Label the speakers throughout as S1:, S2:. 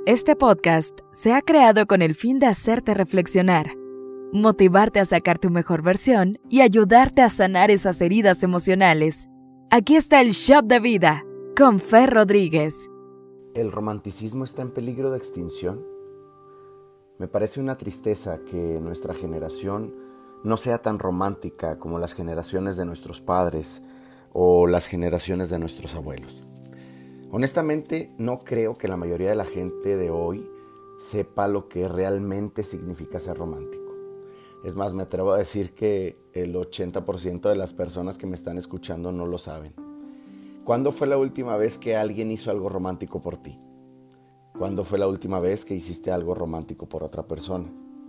S1: Este podcast se ha creado con el fin de hacerte reflexionar, motivarte a sacar tu mejor versión y ayudarte a sanar esas heridas emocionales. Aquí está el Shot de Vida con Fer Rodríguez.
S2: ¿El romanticismo está en peligro de extinción? Me parece una tristeza que nuestra generación no sea tan romántica como las generaciones de nuestros padres o las generaciones de nuestros abuelos. Honestamente, no creo que la mayoría de la gente de hoy sepa lo que realmente significa ser romántico. Es más, me atrevo a decir que el 80% de las personas que me están escuchando no lo saben. ¿Cuándo fue la última vez que alguien hizo algo romántico por ti? ¿Cuándo fue la última vez que hiciste algo romántico por otra persona?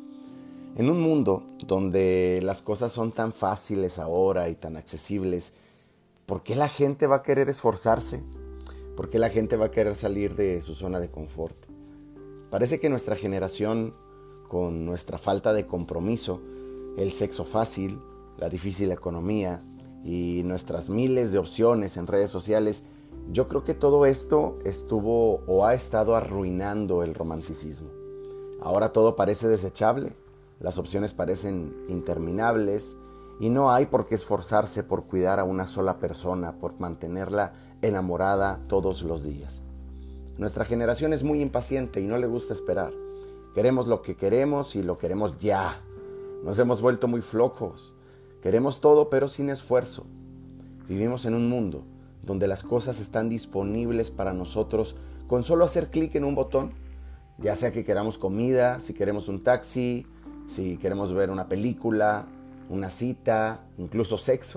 S2: En un mundo donde las cosas son tan fáciles ahora y tan accesibles, ¿por qué la gente va a querer esforzarse? ¿Por qué la gente va a querer salir de su zona de confort? Parece que nuestra generación, con nuestra falta de compromiso, el sexo fácil, la difícil economía y nuestras miles de opciones en redes sociales, yo creo que todo esto estuvo o ha estado arruinando el romanticismo. Ahora todo parece desechable, las opciones parecen interminables y no hay por qué esforzarse por cuidar a una sola persona, por mantenerla enamorada todos los días. Nuestra generación es muy impaciente y no le gusta esperar. Queremos lo que queremos y lo queremos ya. Nos hemos vuelto muy flojos. Queremos todo pero sin esfuerzo. Vivimos en un mundo donde las cosas están disponibles para nosotros con solo hacer clic en un botón, ya sea que queramos comida, si queremos un taxi, si queremos ver una película, una cita, incluso sexo.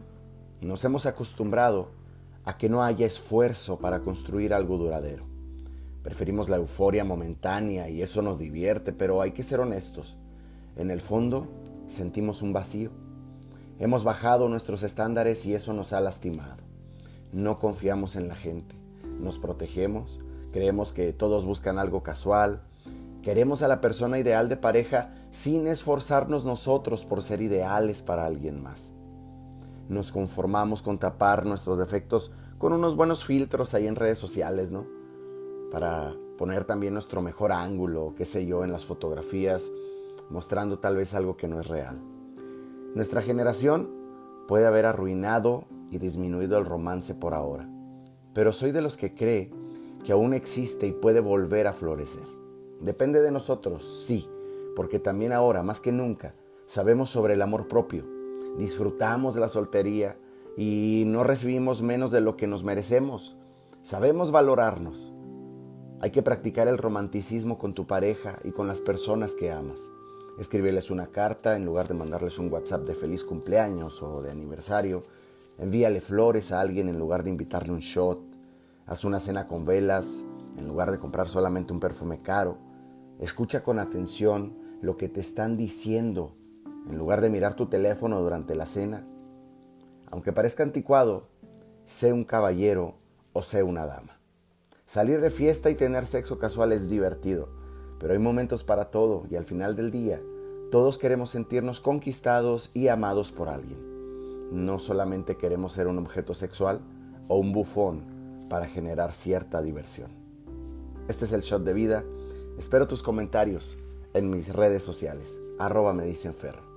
S2: Nos hemos acostumbrado a que no haya esfuerzo para construir algo duradero. Preferimos la euforia momentánea y eso nos divierte, pero hay que ser honestos. En el fondo, sentimos un vacío. Hemos bajado nuestros estándares y eso nos ha lastimado. No confiamos en la gente, nos protegemos, creemos que todos buscan algo casual, queremos a la persona ideal de pareja sin esforzarnos nosotros por ser ideales para alguien más. Nos conformamos con tapar nuestros defectos con unos buenos filtros ahí en redes sociales, ¿no? Para poner también nuestro mejor ángulo, qué sé yo, en las fotografías, mostrando tal vez algo que no es real. Nuestra generación puede haber arruinado y disminuido el romance por ahora, pero soy de los que cree que aún existe y puede volver a florecer. Depende de nosotros, sí, porque también ahora, más que nunca, sabemos sobre el amor propio, disfrutamos de la soltería y no recibimos menos de lo que nos merecemos. Sabemos valorarnos. Hay que practicar el romanticismo con tu pareja y con las personas que amas. Escríbeles una carta en lugar de mandarles un WhatsApp de feliz cumpleaños o de aniversario. Envíale flores a alguien en lugar de invitarle un shot. Haz una cena con velas en lugar de comprar solamente un perfume caro. Escucha con atención lo que te están diciendo en lugar de mirar tu teléfono durante la cena. Aunque parezca anticuado, sé un caballero o sé una dama. Salir de fiesta y tener sexo casual es divertido, pero hay momentos para todo y al final del día, todos queremos sentirnos conquistados y amados por alguien. No solamente queremos ser un objeto sexual o un bufón para generar cierta diversión. Este es el Shot de Vida. Espero tus comentarios en mis redes sociales. @medicenferro.